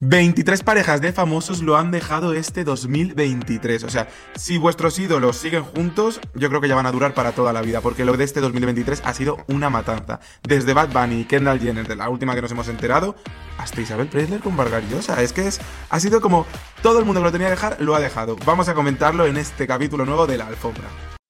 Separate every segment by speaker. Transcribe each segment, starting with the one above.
Speaker 1: 23 parejas de famosos lo han dejado este 2023. O sea, si vuestros ídolos siguen juntos, yo creo que ya van a durar para toda la vida, porque lo de este 2023 ha sido una matanza. Desde Bad Bunny y Kendall Jenner, de la última que nos hemos enterado, hasta Isabel Preisler con Vargas Llosa. Es que ha sido como todo el mundo que lo tenía que dejar, lo ha dejado. Vamos a comentarlo en este capítulo nuevo de La Alfombra.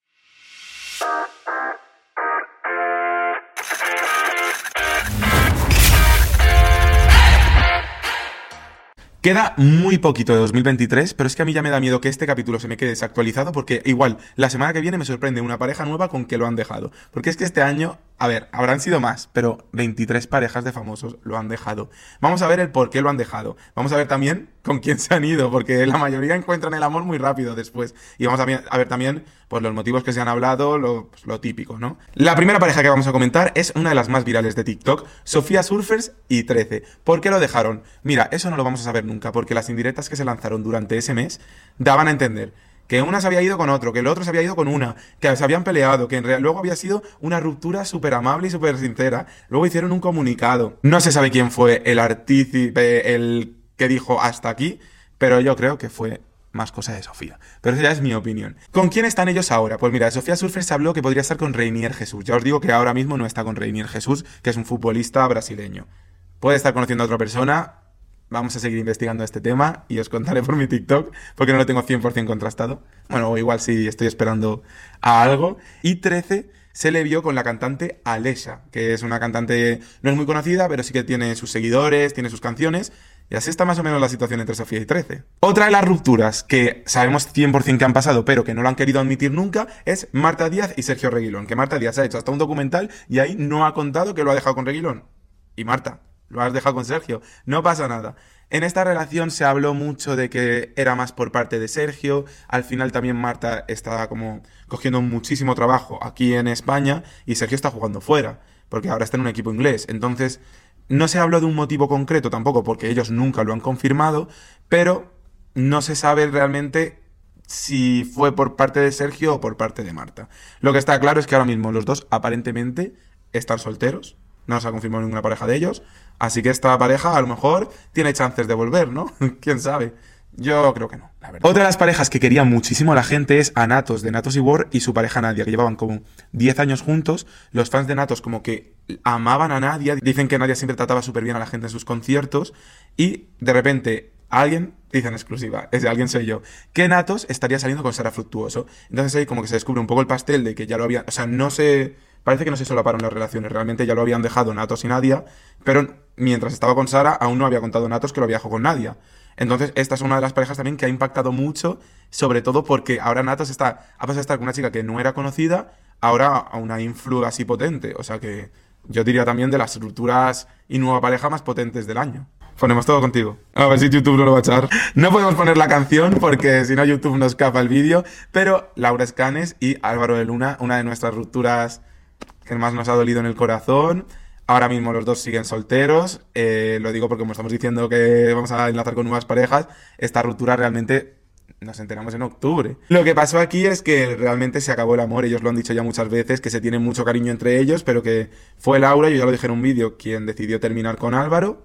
Speaker 1: Queda muy poquito de 2023, pero es que a mí ya me da miedo que este capítulo se me quede desactualizado porque igual la semana que viene me sorprende una pareja nueva con que lo han dejado. Porque es que este año, a ver, habrán sido más, pero 23 parejas de famosos lo han dejado. Vamos a ver el por qué lo han dejado. Vamos a ver también con quién se han ido, porque la mayoría encuentran el amor muy rápido después. Y vamos a ver también pues, los motivos que se han hablado, lo típico, ¿no? La primera pareja que vamos a comentar es una de las más virales de TikTok, Sofía Surfers y 13. ¿Por qué lo dejaron? Mira, eso no lo vamos a saber nunca, porque las indirectas que se lanzaron durante ese mes daban a entender que una se había ido con otro, que el otro se había ido con una, que se habían peleado, que luego había sido una ruptura súper amable y súper sincera. Luego hicieron un comunicado. No se sabe quién fue el artífice, el que dijo hasta aquí, pero yo creo que fue más cosa de Sofía. Pero esa ya es mi opinión. ¿Con quién están ellos ahora? Pues mira, Sofía Surfer se habló que podría estar con Reinier Jesús. Ya os digo que ahora mismo no está con Reinier Jesús, que es un futbolista brasileño. Puede estar conociendo a otra persona. Vamos a seguir investigando este tema y os contaré por mi TikTok, porque no lo tengo 100% contrastado. Bueno, o igual sí estoy esperando a algo. Y 13 se le vio con la cantante Alesha, que es una cantante, no es muy conocida, pero sí que tiene sus seguidores, tiene sus canciones. Y así está más o menos la situación entre Sofía y 13. Otra de las rupturas que sabemos 100% que han pasado, pero que no lo han querido admitir nunca, es Marta Díaz y Sergio Reguilón. Que Marta Díaz ha hecho hasta un documental y ahí no ha contado que lo ha dejado con Reguilón. Y Marta, lo has dejado con Sergio. No pasa nada. En esta relación se habló mucho de que era más por parte de Sergio. Al final también Marta está como cogiendo muchísimo trabajo aquí en España y Sergio está jugando fuera, porque ahora está en un equipo inglés. Entonces, no se habló de un motivo concreto tampoco, porque ellos nunca lo han confirmado, pero no se sabe realmente si fue por parte de Sergio o por parte de Marta. Lo que está claro es que ahora mismo los dos aparentemente están solteros. No se ha confirmado ninguna pareja de ellos. Así que esta pareja a lo mejor tiene chances de volver, ¿no? ¿Quién sabe? Yo creo que no, la verdad. Otra de las parejas que quería muchísimo la gente es a Natos, de Natos y War, y su pareja Nadia, que llevaban como 10 años juntos. Los fans de Natos como que amaban a Nadia. Dicen que Nadia siempre trataba súper bien a la gente en sus conciertos. Y de repente alguien dice en exclusiva, ese alguien soy yo, que Natos estaría saliendo con Sara Fructuoso. Entonces ahí como que se descubre un poco el pastel de que ya lo había... O sea, parece que no se solaparon las relaciones, realmente ya lo habían dejado Natos y Nadia, pero mientras estaba con Sara aún no había contado Natos que lo había dejado con Nadia. Entonces esta es una de las parejas también que ha impactado mucho, sobre todo porque ahora Natos ha pasado a estar con una chica que no era conocida, ahora a una influ así potente, o sea que yo diría también de las rupturas y nueva pareja más potentes del año. Ponemos todo contigo. A ver si YouTube no lo va a echar. No podemos poner la canción porque si no YouTube nos capa el vídeo, pero Laura Escanes y Álvaro de Luna, una de nuestras rupturas que más nos ha dolido en el corazón. Ahora mismo los dos siguen solteros. Lo digo porque como estamos diciendo que vamos a enlazar con nuevas parejas, esta ruptura realmente nos enteramos en octubre. Lo que pasó aquí es que realmente se acabó el amor. Ellos lo han dicho ya muchas veces, que se tienen mucho cariño entre ellos, pero que fue Laura, yo ya lo dije en un vídeo, quien decidió terminar con Álvaro.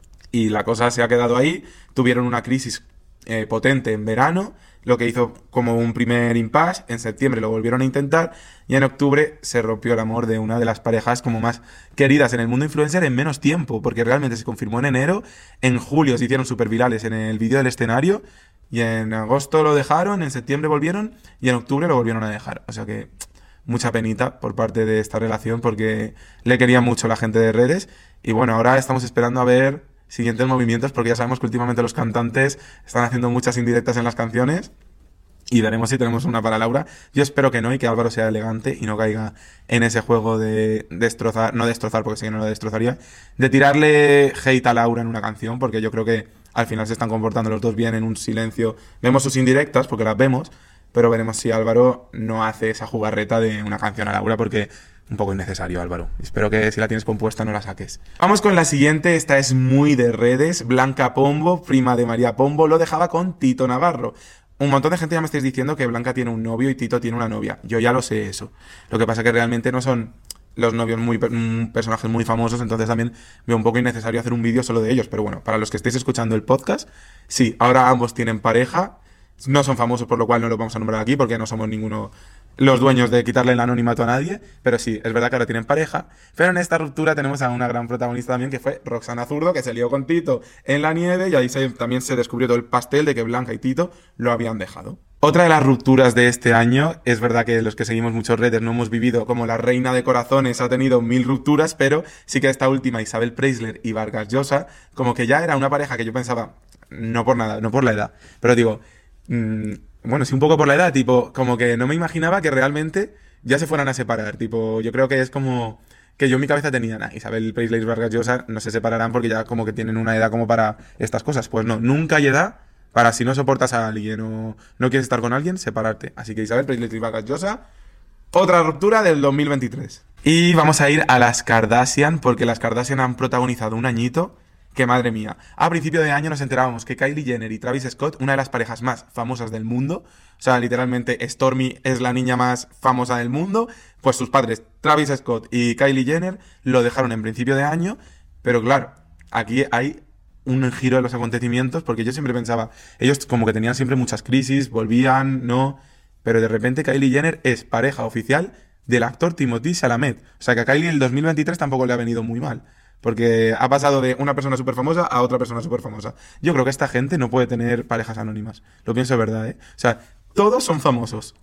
Speaker 1: Y la cosa se ha quedado ahí. Tuvieron una crisis potente en verano, lo que hizo como un primer impasse. En septiembre lo volvieron a intentar y en octubre se rompió el amor de una de las parejas como más queridas en el mundo influencer en menos tiempo, porque realmente se confirmó en enero, en julio se hicieron súper virales en el vídeo del escenario y en agosto lo dejaron, en septiembre volvieron y en octubre lo volvieron a dejar. O sea que mucha penita por parte de esta relación porque le quería mucho la gente de redes y bueno, ahora estamos esperando a ver siguientes movimientos, porque ya sabemos que últimamente los cantantes están haciendo muchas indirectas en las canciones y veremos si tenemos una para Laura. Yo espero que no y que Álvaro sea elegante y no caiga en ese juego de destrozar, no destrozar porque sé que no lo destrozaría, de tirarle hate a Laura en una canción, porque yo creo que al final se están comportando los dos bien en un silencio. Vemos sus indirectas porque las vemos, pero veremos si Álvaro no hace esa jugarreta de una canción a Laura porque... Un poco innecesario, Álvaro. Espero que si la tienes compuesta no la saques. Vamos con la siguiente. Esta es muy de redes. Blanca Pombo, prima de María Pombo, lo dejaba con Tito Navarro. Un montón de gente ya me estáis diciendo que Blanca tiene un novio y Tito tiene una novia. Yo ya lo sé eso. Lo que pasa es que realmente no son los novios personajes muy famosos, entonces también veo un poco innecesario hacer un vídeo solo de ellos. Pero bueno, para los que estéis escuchando el podcast, sí, ahora ambos tienen pareja, no son famosos, por lo cual no los vamos a nombrar aquí porque no somos ninguno los dueños de quitarle el anonimato a nadie, pero sí, es verdad que ahora tienen pareja, pero en esta ruptura tenemos a una gran protagonista también, que fue Roxana Zurdo, que se lió con Tito en la nieve, y ahí también se descubrió todo el pastel de que Blanca y Tito lo habían dejado. Otra de las rupturas de este año, es verdad que los que seguimos muchos redes no hemos vivido como la reina de corazones ha tenido 1000 rupturas, pero sí que esta última, Isabel Preisler y Vargas Llosa, como que ya era una pareja que yo pensaba, no por nada, no por la edad, pero digo, bueno, sí un poco por la edad, tipo, como que no me imaginaba que realmente ya se fueran a separar, tipo, yo creo que es como que yo en mi cabeza tenía, nah, Isabel Preisler y Vargas Llosa no se separarán porque ya como que tienen una edad como para estas cosas, pues no, nunca hay edad para si no soportas a alguien o no quieres estar con alguien, separarte. Así que Isabel Preisler y Vargas Llosa, otra ruptura del 2023. Y vamos a ir a las Kardashian, porque las Kardashian han protagonizado un añito que, madre mía. A principio de año nos enterábamos que Kylie Jenner y Travis Scott, una de las parejas más famosas del mundo, o sea, literalmente Stormi es la niña más famosa del mundo, pues sus padres, Travis Scott y Kylie Jenner, lo dejaron en principio de año, pero claro, aquí hay un giro de los acontecimientos, porque yo siempre pensaba, ellos como que tenían siempre muchas crisis, volvían, no, pero de repente Kylie Jenner es pareja oficial del actor Timothée Chalamet, o sea que a Kylie en el 2023 tampoco le ha venido muy mal, porque ha pasado de una persona súper famosa a otra persona súper famosa. Yo creo que esta gente no puede tener parejas anónimas, lo pienso de verdad, ¿eh? O sea, todos son famosos.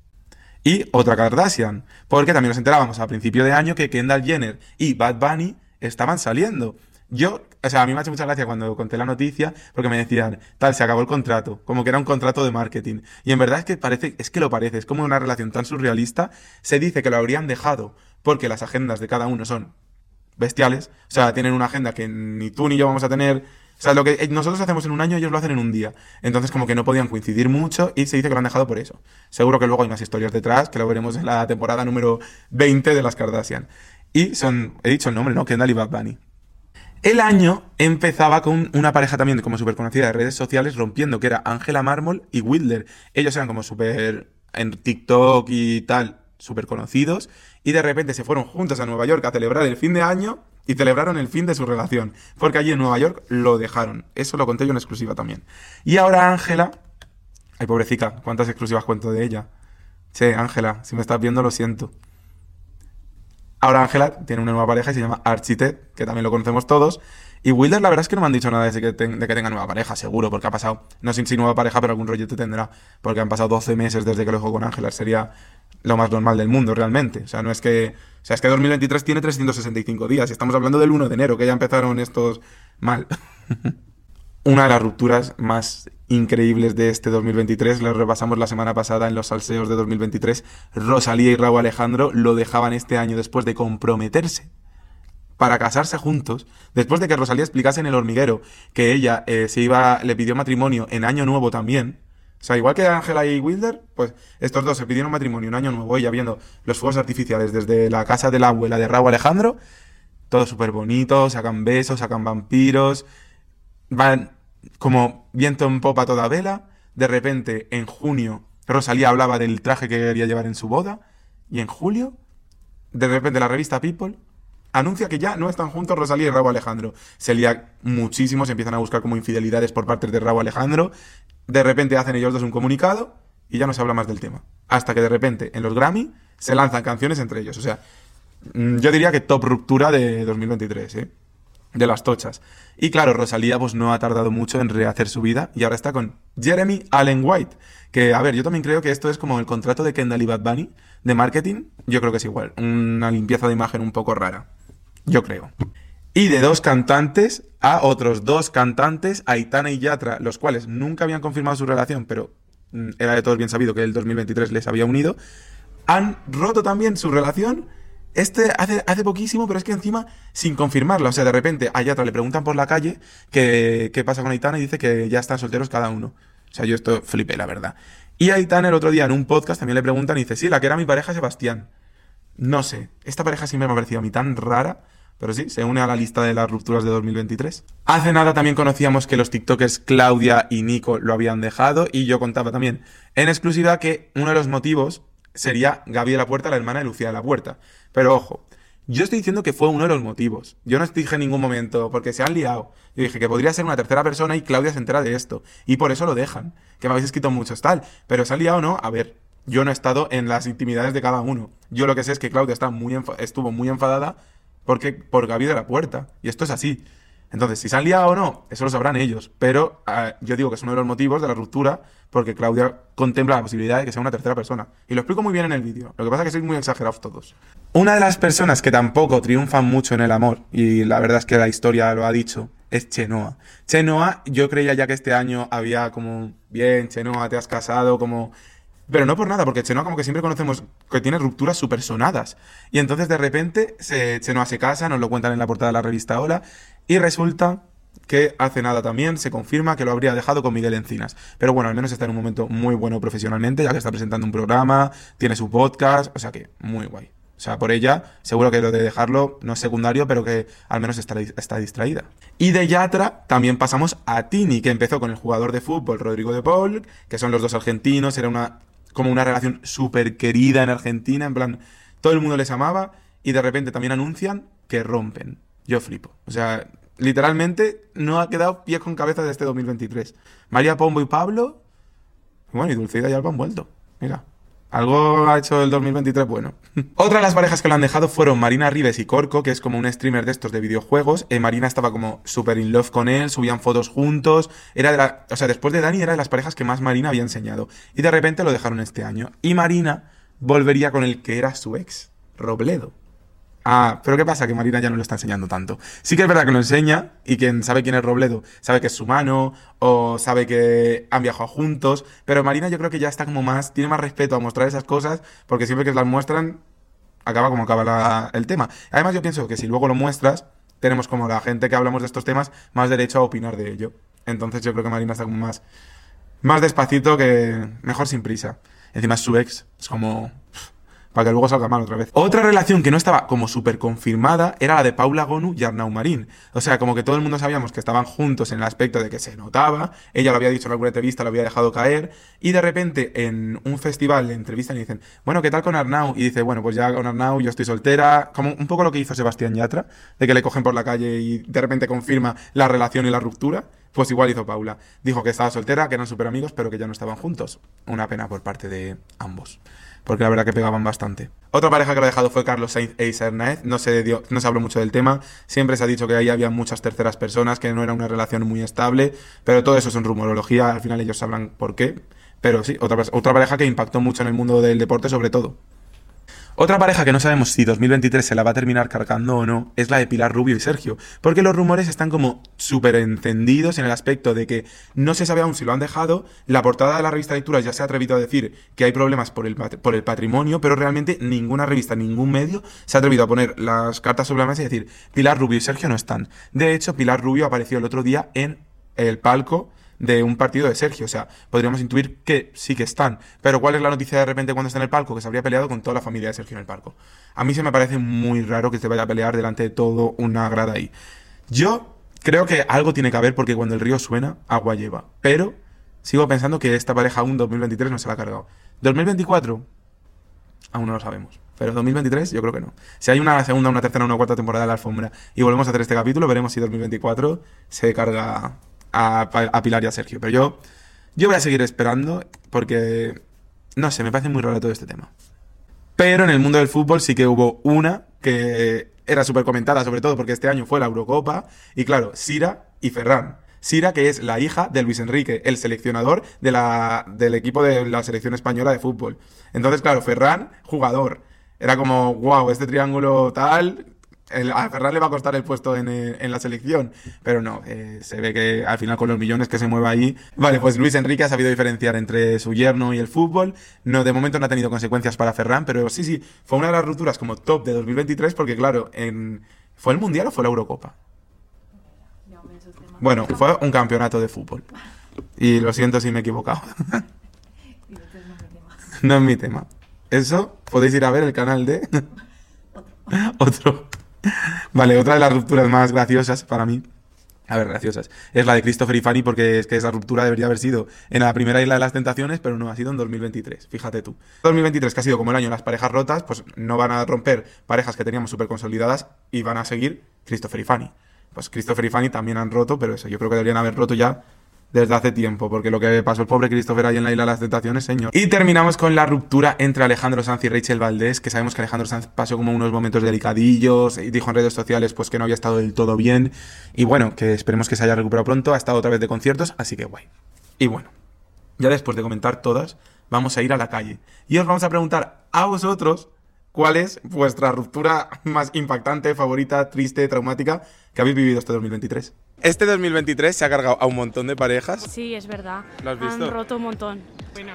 Speaker 1: Y otra Kardashian, porque también nos enterábamos a principio de año que Kendall Jenner y Bad Bunny estaban saliendo. O sea, a mí me ha hecho mucha gracia cuando conté la noticia, porque me decían, tal, se acabó el contrato, como que era un contrato de marketing. Y en verdad es que lo parece, es como una relación tan surrealista. Se dice que lo habrían dejado porque las agendas de cada uno son bestiales, o sea, tienen una agenda que ni tú ni yo vamos a tener. O sea, lo que nosotros hacemos en un año, ellos lo hacen en un día. Entonces, como que no podían coincidir mucho y se dice que lo han dejado por eso. Seguro que luego hay más historias detrás, que lo veremos en la temporada número 20 de las Kardashian. Y son, he dicho el nombre, ¿no? Kendall y Bad Bunny. El año empezaba con una pareja también como súper conocida de redes sociales rompiendo, que era Angela Marmol y Wilder. Ellos eran como súper en TikTok y tal, súper conocidos, y de repente se fueron juntos a Nueva York a celebrar el fin de año y celebraron el fin de su relación, porque allí en Nueva York lo dejaron. Eso lo conté yo en exclusiva también. Y ahora Ángela... Ay, pobrecita, ¿cuántas exclusivas cuento de ella? Che, Ángela, si me estás viendo lo siento. Ahora Ángela tiene una nueva pareja y se llama Archie Ted, que también lo conocemos todos. Y Wilder, la verdad es que no me han dicho nada de que tenga nueva pareja, seguro, porque ha pasado, no sé si nueva pareja, pero algún rollete tendrá, porque han pasado 12 meses desde que lo dejó con Ángela. Sería lo más normal del mundo, realmente. O sea, no es que... O sea, es que 2023 tiene 365 días y estamos hablando del 1 de enero, que ya empezaron estos mal. Una de las rupturas más increíbles de este 2023, lo repasamos la semana pasada en los salseos de 2023, Rosalía y Rauw Alejandro lo dejaban este año después de comprometerse para casarse juntos, después de que Rosalía explicase en El Hormiguero que ella le pidió matrimonio en Año Nuevo también. O sea, igual que Ángela y Wilder, pues estos dos se pidieron matrimonio en Año Nuevo, ella viendo los fuegos artificiales desde la casa de la abuela de Rauw Alejandro, todo súper bonito, sacan besos, sacan vampiros, van como viento en popa a toda vela. De repente, en junio, Rosalía hablaba del traje que quería llevar en su boda, y en julio, de repente la revista People anuncia que ya no están juntos Rosalía y Rauw Alejandro. Se lía muchísimo, se empiezan a buscar como infidelidades por parte de Rauw Alejandro. De repente hacen ellos dos un comunicado y ya no se habla más del tema. Hasta que de repente en los Grammy se lanzan canciones entre ellos. O sea, yo diría que top ruptura de 2023, ¿eh? De las tochas. Y claro, Rosalía pues no ha tardado mucho en rehacer su vida y ahora está con Jeremy Allen White. Que, a ver, yo también creo que esto es como el contrato de Kendall y Bad Bunny de marketing. Yo creo que es igual. Una limpieza de imagen un poco rara. Yo creo. Y de dos cantantes a otros dos cantantes, Aitana y Yatra, los cuales nunca habían confirmado su relación, pero era de todos bien sabido que el 2023 les había unido, han roto también su relación hace poquísimo, pero es que encima sin confirmarla. O sea, de repente a Yatra le preguntan por la calle qué pasa con Aitana y dice que ya están solteros cada uno. O sea, yo esto flipé, la verdad. Y a Aitana el otro día en un podcast también le preguntan y dice, sí, la que era mi pareja Sebastián. No sé, esta pareja siempre me ha parecido a mí tan rara, pero sí, se une a la lista de las rupturas de 2023. Hace nada también conocíamos que los tiktokers Claudia y Nico lo habían dejado, y yo contaba también en exclusiva que uno de los motivos sería Gaby de la Puerta, la hermana de Lucía de la Puerta. Pero ojo, Yo estoy diciendo que fue uno de los motivos. Yo no dije en ningún momento, porque se han liado. Yo dije que podría ser una tercera persona y Claudia se entera de esto. Y por eso lo dejan. Que me habéis escrito muchos tal. Pero se han liado o no, a ver, yo no he estado en las intimidades de cada uno. Yo lo que sé es que Claudia estuvo muy enfadada por Gaby de la Puerta. Y esto es así. Entonces, si se han liado o no, eso lo sabrán ellos. Pero yo digo que es uno de los motivos de la ruptura porque Claudia contempla la posibilidad de que sea una tercera persona. Y lo explico muy bien en el vídeo. Lo que pasa es que sois muy exagerados todos. Una de las personas que tampoco triunfan mucho en el amor, y la verdad es que la historia lo ha dicho, es Chenoa. Chenoa, yo creía ya que este año había como, bien, Chenoa, te has casado, como... Pero no por nada, porque Chenoa como que siempre conocemos que tiene rupturas súper sonadas. Y entonces de repente Chenoa se casa, nos lo cuentan en la portada de la revista Hola, y resulta que hace nada también se confirma que lo habría dejado con Miguel Encinas. Pero bueno, al menos está en un momento muy bueno profesionalmente, ya que está presentando un programa, tiene su podcast, o sea que muy guay. O sea, por ella, seguro que lo de dejarlo no es secundario, pero que al menos está distraída. Y de Yatra también pasamos a Tini, que empezó con el jugador de fútbol Rodrigo de Paul, que son los dos argentinos, era como una relación súper querida en Argentina, en plan, todo el mundo les amaba, y de repente también anuncian que rompen. Yo flipo. O sea, literalmente no ha quedado pies con cabeza de este 2023. María Pombo y Pablo, bueno, y Dulceida y Alba han vuelto. Mira. Algo ha hecho el 2023 bueno. Otra de las parejas que lo han dejado fueron Marina Rives y Corco, que es como un streamer de estos de videojuegos. Marina estaba como súper in love con él, subían fotos juntos. O sea, después de Dani era de las parejas que más Marina había enseñado. Y de repente lo dejaron este año. Y Marina volvería con el que era su ex, Robledo. Ah, pero ¿qué pasa? Que Marina ya no lo está enseñando tanto. Sí que es verdad que lo enseña, y quien sabe quién es Robledo sabe que es su mano, o sabe que han viajado juntos, pero Marina yo creo que ya está como tiene más respeto a mostrar esas cosas, porque siempre que las muestran, acaba como acaba el tema. Además yo pienso que si luego lo muestras, tenemos como la gente que hablamos de estos temas más derecho a opinar de ello. Entonces yo creo que Marina está como más despacito, que mejor sin prisa. Encima es su ex, es como... para que luego salga mal otra vez. Otra relación que no estaba como súper confirmada era la de Paula Gonu y Arnau Marín. O sea, como que todo el mundo sabíamos que estaban juntos en el aspecto de que se notaba, ella lo había dicho en alguna entrevista, lo había dejado caer, y de repente en un festival le entrevistan y dicen, bueno, ¿qué tal con Arnau? Y dice, bueno, pues ya con Arnau yo estoy soltera, como un poco lo que hizo Sebastián Yatra, de que le cogen por la calle y de repente confirma la relación y la ruptura. Pues igual hizo Paula. Dijo que estaba soltera, que eran súper amigos, pero que ya no estaban juntos. Una pena por parte de ambos, porque la verdad que pegaban bastante. Otra pareja que lo ha dejado fue Carlos Sainz e Isa Hernández. No se habló mucho del tema. Siempre se ha dicho que ahí había muchas terceras personas, que no era una relación muy estable, pero todo eso es rumorología. Al final ellos sabrán por qué. Pero sí, otra pareja que impactó mucho en el mundo del deporte, sobre todo. Otra pareja que no sabemos si 2023 se la va a terminar cargando o no es la de Pilar Rubio y Sergio, porque los rumores están como súper encendidos en el aspecto de que no se sabe aún si lo han dejado. La portada de la revista Lecturas ya se ha atrevido a decir que hay problemas por el patrimonio, pero realmente ninguna revista, ningún medio se ha atrevido a poner las cartas sobre la mesa y decir Pilar Rubio y Sergio no están. De hecho, Pilar Rubio apareció el otro día en el palco de un partido de Sergio, o sea, podríamos intuir que sí que están, pero ¿cuál es la noticia de repente cuando está en el palco? Que se habría peleado con toda la familia de Sergio en el palco. A mí se me parece muy raro que se vaya a pelear delante de todo una grada ahí. Yo creo que algo tiene que haber, porque cuando el río suena, agua lleva, pero sigo pensando que esta pareja aún 2023 no se la ha cargado. 2024 aún no lo sabemos, pero 2023 yo creo que no. Si hay una segunda, una tercera, una cuarta temporada de la alfombra y volvemos a hacer este capítulo, veremos si 2024 se carga a Pilar y a Sergio. Pero yo voy a seguir esperando, porque no sé, me parece muy raro todo este tema. Pero en el mundo del fútbol sí que hubo una que era súper comentada, sobre todo porque este año fue la Eurocopa, y claro, Sira y Ferran. Sira, que es la hija de Luis Enrique, el seleccionador del equipo de la selección española de fútbol. Entonces, claro, Ferran, jugador. Era como, wow, este triángulo tal... A Ferran le va a costar el puesto en la selección, pero no, se ve que al final con los millones que se mueve ahí. Vale, pues Luis Enrique ha sabido diferenciar entre su yerno y el fútbol. No, de momento no ha tenido consecuencias para Ferran, pero sí, fue una de las rupturas como top de 2023, porque claro, ¿fue el Mundial o fue la Eurocopa? Bueno, fue un campeonato de fútbol. Y lo siento si me he equivocado. No es mi tema. Eso podéis ir a ver el canal de... Otro. Vale, otra de las rupturas más graciosas para mí A ver, graciosas. Es la de Christopher y Fanny porque es que esa ruptura debería haber sido en la primera Isla de las Tentaciones, pero no, ha sido en 2023, fíjate tú. 2023, que ha sido como el año de las parejas rotas, pues no van a romper parejas que teníamos súper consolidadas y van a seguir Christopher y Fanny. Pues Christopher y Fanny también han roto, pero eso, yo creo que deberían haber roto ya desde hace tiempo, porque lo que pasó el pobre Christopher ahí en la Isla de las Tentaciones, señor. Y terminamos con la ruptura entre Alejandro Sanz y Rachel Valdés, que sabemos que Alejandro Sanz pasó como unos momentos delicadillos y dijo en redes sociales pues que no había estado del todo bien. Y bueno, que esperemos que se haya recuperado pronto, ha estado otra vez de conciertos, así que guay. Y bueno, ya después de comentar todas, vamos a ir a la calle. Y os vamos a preguntar a vosotros cuál es vuestra ruptura más impactante, favorita, triste, traumática que habéis vivido este 2023. Este 2023 se ha cargado a un montón de parejas.
Speaker 2: Sí, es verdad.
Speaker 1: ¿Lo has visto?
Speaker 2: Han roto un montón.
Speaker 3: Bueno,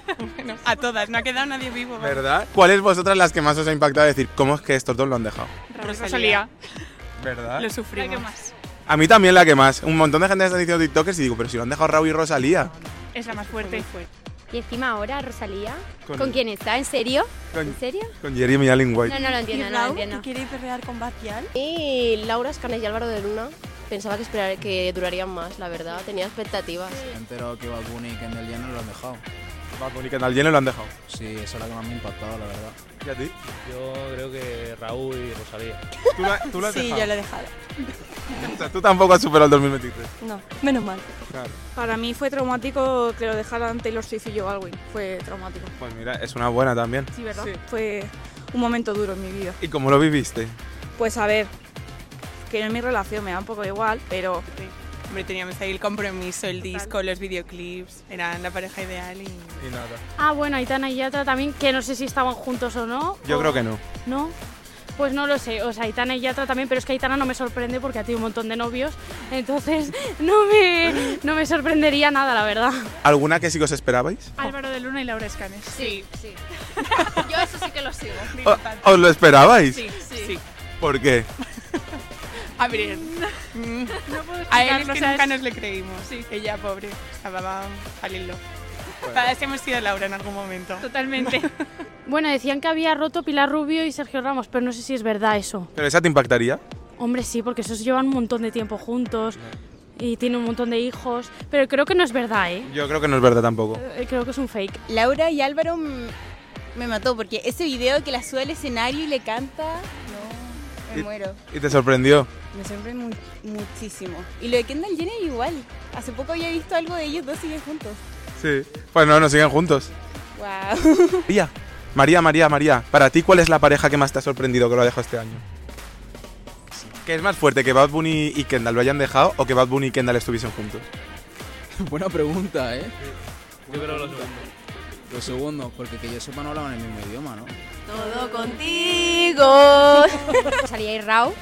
Speaker 3: a todas, no ha quedado nadie vivo.
Speaker 1: ¿Verdad? ¿Cuáles vosotras las que más os ha impactado decir cómo es que estos dos lo han dejado?
Speaker 3: Rosalía.
Speaker 1: ¿Verdad?
Speaker 3: Lo sufrimos.
Speaker 2: ¿Qué más?
Speaker 1: A mí también la que más. Un montón de gente está diciendo TikTokers y digo, pero si lo han dejado Raúl y Rosalía.
Speaker 3: Es la más fuerte.
Speaker 4: Y encima ahora Rosalía,
Speaker 1: Con-
Speaker 4: ¿con quién está? ¿En serio?
Speaker 1: Con-
Speaker 4: ¿En serio?
Speaker 1: Con Jeremy Allen White.
Speaker 4: No lo entiendo, no lo entiendo.
Speaker 3: quiere perrear con Batial.
Speaker 5: Y Laura Escanes y Álvaro de Luna, pensaba que durarían más, la verdad, tenía expectativas.
Speaker 6: Me he enterado que Bad Bunny y Kendall Jenner lo han dejado.
Speaker 1: Bad Bunny y Kendall Jenner lo han dejado.
Speaker 6: Sí, esa es la que más me ha impactado, la verdad.
Speaker 1: ¿Y a ti?
Speaker 7: Yo creo que Raúl y Rosalía.
Speaker 1: ¿Tú lo has
Speaker 3: Sí,
Speaker 1: dejado?
Speaker 3: yo lo he dejado.
Speaker 1: O sea, tú tampoco has superado el 2023.
Speaker 3: No, menos mal.
Speaker 1: Claro.
Speaker 8: Para mí fue traumático que lo dejaran Taylor Swift y J Balvin. Fue traumático.
Speaker 1: Pues mira, es una buena también.
Speaker 8: Sí, ¿verdad?
Speaker 3: Sí.
Speaker 8: Fue un momento duro en mi vida.
Speaker 1: ¿Y cómo lo viviste?
Speaker 8: Pues a ver, que en mi relación me da un poco igual, pero
Speaker 3: Hombre, teníamos ahí el compromiso, el disco, los videoclips. Eran la pareja ideal y...
Speaker 1: Y nada.
Speaker 2: Ah, bueno, Aitana y Yatra también, que no sé si estaban juntos o no.
Speaker 1: Yo
Speaker 2: o-
Speaker 1: creo que no.
Speaker 2: ¿No? Pues no lo sé, o sea, Aitana y Yatra también, pero es que Aitana no me sorprende porque ha tenido un montón de novios, entonces no me sorprendería nada, la verdad.
Speaker 1: ¿Alguna que sí que os esperabais?
Speaker 8: Álvaro de Luna y Laura Escanes.
Speaker 3: Sí,
Speaker 5: Sí. Yo eso sí que lo sigo.
Speaker 1: ¿Os lo esperabais?
Speaker 3: sí, sí.
Speaker 1: ¿Por qué?
Speaker 3: A ver, a él es que nunca nos le creímos. Ella, pobre, estaba palillo. Todas hemos sido Laura en algún momento.
Speaker 2: Totalmente. Bueno, decían que había roto Pilar Rubio y Sergio Ramos, pero no sé si es verdad eso.
Speaker 1: ¿Pero esa te impactaría?
Speaker 2: Hombre, sí, porque esos llevan un montón de tiempo juntos y tienen un montón de hijos, pero creo que no es verdad, ¿eh?
Speaker 1: Yo creo que no es verdad tampoco.
Speaker 2: Creo que es un fake.
Speaker 9: Laura y Álvaro me mató porque ese video que la sube al escenario y le canta, no, me
Speaker 1: Y-
Speaker 9: muero.
Speaker 1: ¿Y te sorprendió?
Speaker 9: Me sorprende muchísimo. Y lo de Kendall Jenner igual. Hace poco había visto algo de ellos dos siguen juntos.
Speaker 1: Sí. Pues no siguen juntos.
Speaker 9: Wow.
Speaker 1: María, para ti, ¿cuál es la pareja que más te ha sorprendido que lo ha dejado este año? ¿Qué es más fuerte, que Bad Bunny y Kendall lo hayan dejado o que Bad Bunny y Kendall estuviesen juntos?
Speaker 6: Buena pregunta, ¿eh?
Speaker 7: Yo creo lo segundo.
Speaker 6: Lo segundo, porque que yo sepa no hablaban el mismo idioma, ¿no?
Speaker 5: Todo contigo.
Speaker 4: Rosalía y Rau.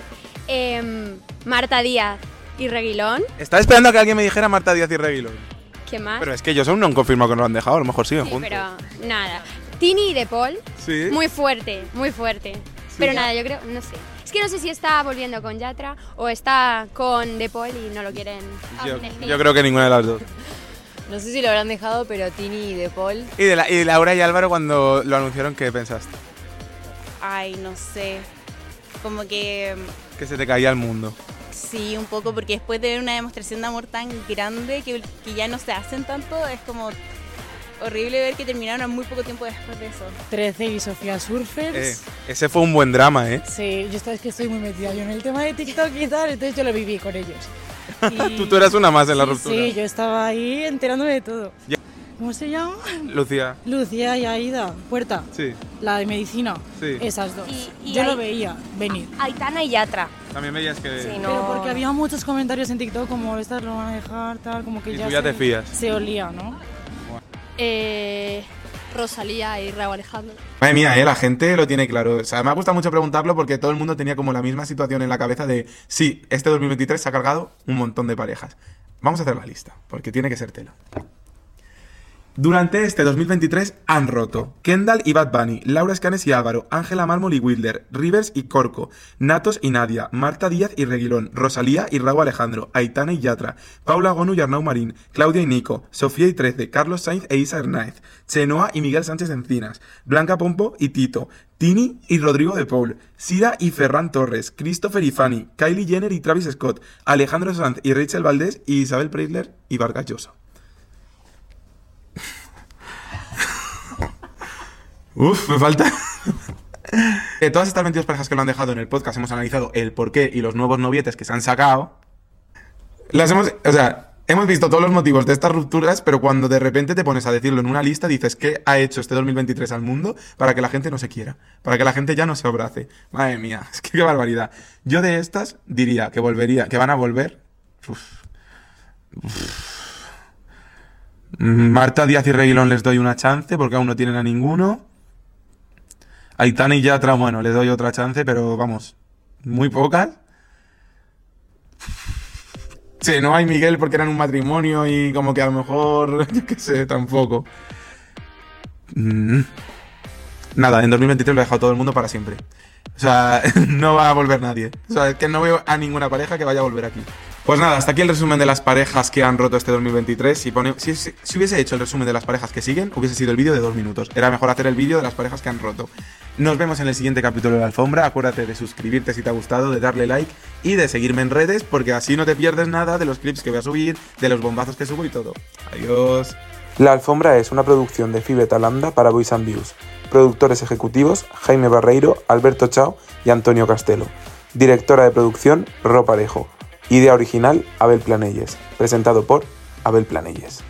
Speaker 4: Marta Díaz y Reguilón.
Speaker 1: Estaba esperando a que alguien me dijera Marta Díaz y Reguilón.
Speaker 4: ¿Qué más?
Speaker 1: Pero es que ellos aún no han confirmado que no lo han dejado, a lo mejor siguen
Speaker 4: Sí,
Speaker 1: juntos.
Speaker 4: pero nada. Tini y De Paul.
Speaker 1: Sí.
Speaker 4: Muy fuerte, muy fuerte. Pero nada, yo creo, no sé. Es que no sé si está volviendo con Yatra o está con De Paul y no lo quieren.
Speaker 1: Yo creo que ninguna de las dos.
Speaker 5: No sé si lo habrán dejado, pero Tini y De Paul.
Speaker 1: Y de Laura y Álvaro, cuando lo anunciaron, ¿qué pensaste?
Speaker 9: Ay, no sé. Como que
Speaker 1: Que se te caía el mundo.
Speaker 9: sí, un poco, porque después de ver una demostración de amor tan grande que ya no se hacen tanto, es como horrible ver que terminaron a muy poco tiempo después de eso.
Speaker 10: 13 y Sofía Surfers.
Speaker 1: Ese fue un buen drama, ¿eh?
Speaker 10: Sí, yo sabes que estoy muy metida yo en el tema de TikTok y tal, entonces yo lo viví con ellos. Y-
Speaker 1: Tú eras una más en la
Speaker 10: Sí,
Speaker 1: ruptura.
Speaker 10: Sí, yo estaba ahí enterándome de todo.
Speaker 1: Ya.
Speaker 10: ¿Cómo se llama?
Speaker 1: Lucía.
Speaker 10: Lucía y Aida, Puerta,
Speaker 1: Sí,
Speaker 10: la de medicina,
Speaker 1: sí.
Speaker 10: esas dos.
Speaker 5: Y
Speaker 10: yo
Speaker 5: ahí-
Speaker 10: lo veía venir.
Speaker 5: Aitana y Yatra.
Speaker 1: También veías que...
Speaker 5: Sí,
Speaker 10: Pero porque había muchos comentarios en TikTok como estas lo van a dejar, tal, como que
Speaker 1: Y
Speaker 10: ya,
Speaker 1: tú ya te fías.
Speaker 10: se olía, ¿no?
Speaker 5: Rosalía y Raúl Alejandro.
Speaker 1: Madre mía, la gente lo tiene claro. O sea, me ha gustado mucho preguntarlo porque todo el mundo tenía como la misma situación en la cabeza de sí, este 2023 se ha cargado un montón de parejas. Vamos a hacer la lista, porque tiene que ser tela. Durante este 2023 han roto Kendall y Bad Bunny, Laura Escanes y Álvaro, Ángela Mármol y Wilder, Rivers y Corco, Natos y Nadia, Marta Díaz y Reguilón, Rosalía y Raúl Alejandro, Aitana y Yatra, Paula Gonu y Arnau Marín, Claudia y Nico, Sofía y 13, Carlos Sainz e Isa Hernández, Chenoa y Miguel Sánchez Encinas, Blanca Pompo y Tito, Tini y Rodrigo de Paul, Sira y Ferran Torres, Christopher y Fanny, Kylie Jenner y Travis Scott, Alejandro Sanz y Rachel Valdés y Isabel Preisler y Vargas Llosa. Uf, me falta. De todas estas 22 parejas que lo han dejado en el podcast, hemos analizado el porqué y los nuevos novietes que se han sacado. Hemos visto todos los motivos de estas rupturas, pero cuando de repente te pones a decirlo en una lista, dices ¿qué ha hecho este 2023 al mundo para que la gente no se quiera? Para que la gente ya no se abrace. Madre mía, es que qué barbaridad. Yo de estas diría que volvería, que van a volver. Marta Díaz y Reguilón les doy una chance porque aún no tienen a ninguno. Aitana y Yatra, bueno, les doy otra chance, pero vamos, muy pocas. Chenoa y Miguel porque eran un matrimonio y como que a lo mejor, yo qué sé, tampoco. Nada, en 2023 lo ha dejado todo el mundo para siempre. O sea, no va a volver nadie. O sea, es que no veo a ninguna pareja que vaya a volver aquí. Pues nada, hasta aquí el resumen de las parejas que han roto este 2023. Si hubiese hecho el resumen de las parejas que siguen, hubiese sido el vídeo de 2 minutos. Era mejor hacer el vídeo de las parejas que han roto. Nos vemos en el siguiente capítulo de La Alfombra. Acuérdate de suscribirte si te ha gustado, de darle like y de seguirme en redes, porque así no te pierdes nada de los clips que voy a subir, de los bombazos que subo y todo. Adiós. La Alfombra es una producción de Fibre Talanda para Boys and Views. Productores ejecutivos Jaime Barreiro, Alberto Chao y Antonio Castelo. Directora de producción Ro Parejo. Idea original Abel Planelles. Presentado por Abel Planelles.